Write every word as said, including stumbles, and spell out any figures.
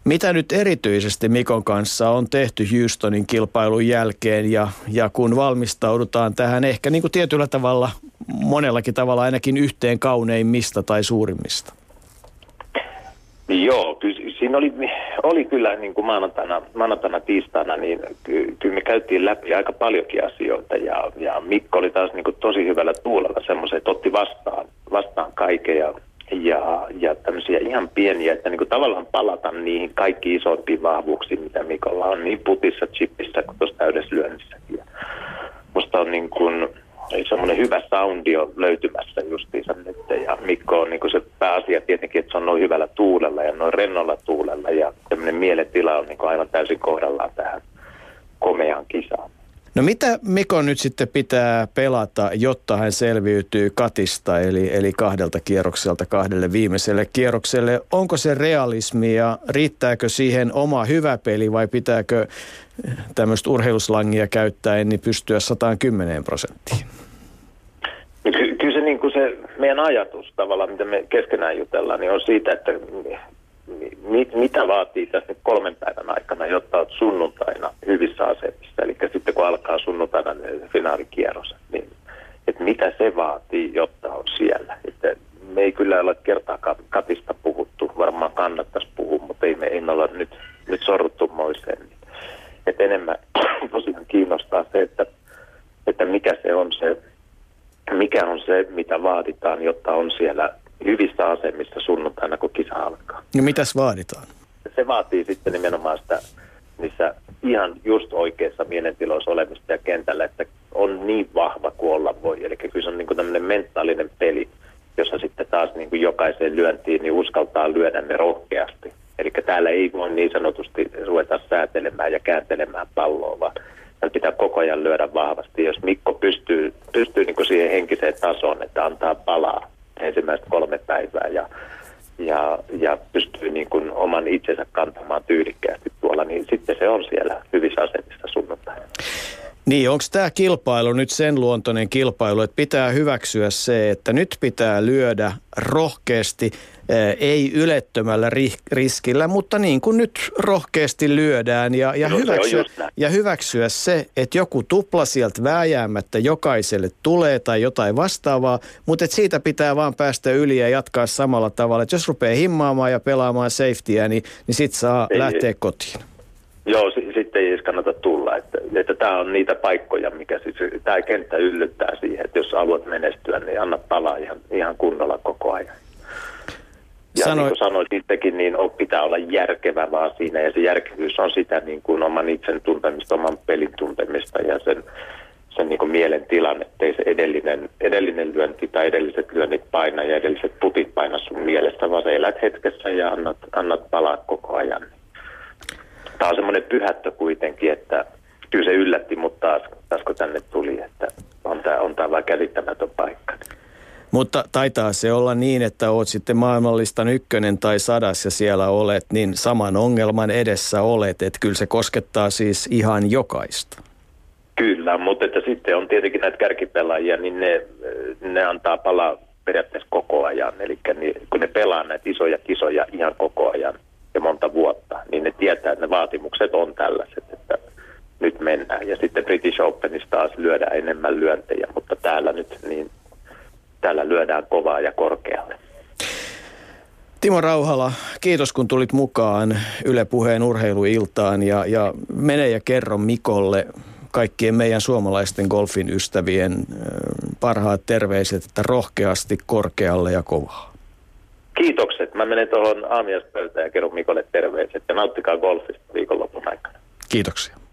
Mitä nyt erityisesti Mikon kanssa on tehty Houstonin kilpailun jälkeen ja, ja kun valmistaudutaan tähän ehkä niin kuin tietyllä tavalla, monellakin tavalla ainakin yhteen kauneimmista tai suurimmista? Joo, kyllä siinä oli, oli kyllä niin kuin maanantaina, maanantaina tiistaina, niin ky, kyllä me käytiin läpi aika paljonkin asioita ja, ja Mikko oli taas niin kuin tosi hyvällä tuulella semmoisen, että otti vastaan, vastaan kaiken ja, ja, ja tämmöisiä ihan pieniä, että niin kuin tavallaan palata niihin kaikki isompiin vahvuuksiin, mitä Mikolla on niin putissa, chipissä kuin tuossa täydeslyönnissäkin. Ja musta on niin kuin semmoinen hyvä soundi on löytymässä justiinsa nyt ja Mikko on niin kuin se pääasia tietenkin, että se on noin hyvällä tuulella ja noin rennolla tuulella ja tämmöinen mielentila on niin kuin aivan täysin kohdallaan tähän komeaan kisaan. No mitä Mikon nyt sitten pitää pelata, jotta hän selviytyy katista, eli, eli kahdelta kierrokselta kahdelle viimeiselle kierrokselle? Onko se realismi ja riittääkö siihen oma hyvä peli vai pitääkö tämmöistä urheiluslangia käyttäen niin pystyä sata kymmenen prosenttiin? Ky- kyllä se, niin kuin se meidän ajatus tavallaan, mitä me keskenään jutellaan, niin on siitä, että mi- mitä vaatii tässä kolmen päivän aikana, jotta olet sunnuntaina hyvissä asemissa. Eli sitten kun alkaa sunnuntaina finaalikierros, niin että mitä se vaatii, jotta on siellä. Että me ei kyllä ole kertaakaan katista puhuttu, varmaan kannattaisi puhua, mutta ei me, ei me olla nyt, nyt sorruttu moiseen. Että enemmän tosiaan kiinnostaa se, että, että mikä se on se, mikä on se, mitä vaaditaan, jotta on siellä hyvissä asemissa sunnuntaina, kun kisa alkaa. No mitäs vaaditaan? Se vaatii sitten nimenomaan sitä, missä ihan just oikeassa mielentiloissa olemista ja kentällä, että on niin vahva kuin olla voi. Eli kyllä se on niin kuin tämmöinen mentaalinen peli, jossa sitten taas niin kuin jokaiseen lyöntiin niin uskaltaa lyödä ne rohkeasti. Eli täällä ei voi niin sanotusti ruveta säätelemään ja kääntelemään palloa, vaan täällä pitää koko ajan lyödä vahvasti. Jos Mikko pystyy, pystyy niin kuin siihen henkiseen tasoon, että antaa palaa ensimmäistä kolme päivää ja, ja, ja pystyy niin kuin oman itsensä kantamaan tyylikkäästi tuolla, niin sitten se on siellä hyvissä asemissa sunnuntaina. Niin, onko tämä kilpailu nyt sen luontoinen kilpailu, että pitää hyväksyä se, että nyt pitää lyödä rohkeasti, ei ylettömällä riskillä, mutta niin kuin nyt rohkeasti lyödään ja, ja, no, hyväksyä, ja hyväksyä se, että joku tupla sieltä vääjäämättä jokaiselle tulee tai jotain vastaavaa, mutta että siitä pitää vaan päästä yli ja jatkaa samalla tavalla. Että jos rupeaa himmaamaan ja pelaamaan safetyä, niin, niin sitten saa ei, lähteä kotiin. Joo, s- sitten ei edes kannata tulla. Että, että tämä on niitä paikkoja, mikä siis, tämä kenttä yllyttää siihen, että jos haluat menestyä, niin anna palaa ihan, ihan kunnolla koko ajan. Ja Sano... niin kuin sanoin sittenkin, niin pitää olla järkevä vaan siinä, ja se järkevyys on sitä niin kuin oman itsen tuntemista, oman pelin tuntemista ja sen, sen niin kuin mielen tilanne, ettei se edellinen, edellinen lyönti tai edelliset lyönnit paina ja edelliset putit paina sun mielessä, vaan sä elät hetkessä ja annat, annat palaa koko ajan. Tämä on semmoinen pyhättö kuitenkin, että kyllä se yllätti, mutta taas, taas kun tänne tuli, että on tämä, on tämä vaan käsittämätön paikka. Mutta taitaa se olla niin, että oot sitten maailmanlistan ykkönen tai sadas ja siellä olet, niin saman ongelman edessä olet, että kyllä se koskettaa siis ihan jokaista. Kyllä, mutta että sitten on tietenkin näitä kärkipelaajia, niin ne, ne antaa palaa periaatteessa koko ajan. Eli kun ne pelaa näitä isoja kisoja ihan koko ajan ja monta vuotta, niin ne tietää, että ne vaatimukset on tällaiset, että nyt mennään. Ja sitten British Openissa taas lyödään enemmän lyöntejä, mutta täällä nyt niin täällä lyödään kovaa ja korkealle. Timo Rauhala, kiitos kun tulit mukaan Yle Puheen urheiluiltaan ja, ja mene ja kerro Mikolle kaikkien meidän suomalaisten golfin ystävien parhaat terveiset, että rohkeasti, korkealle ja kovaa. Kiitokset. Mä menen tuohon aamiaispöytään ja kerron Mikolle terveiset ja nauttikaa golfista viikonlopun aikana. Kiitoksia.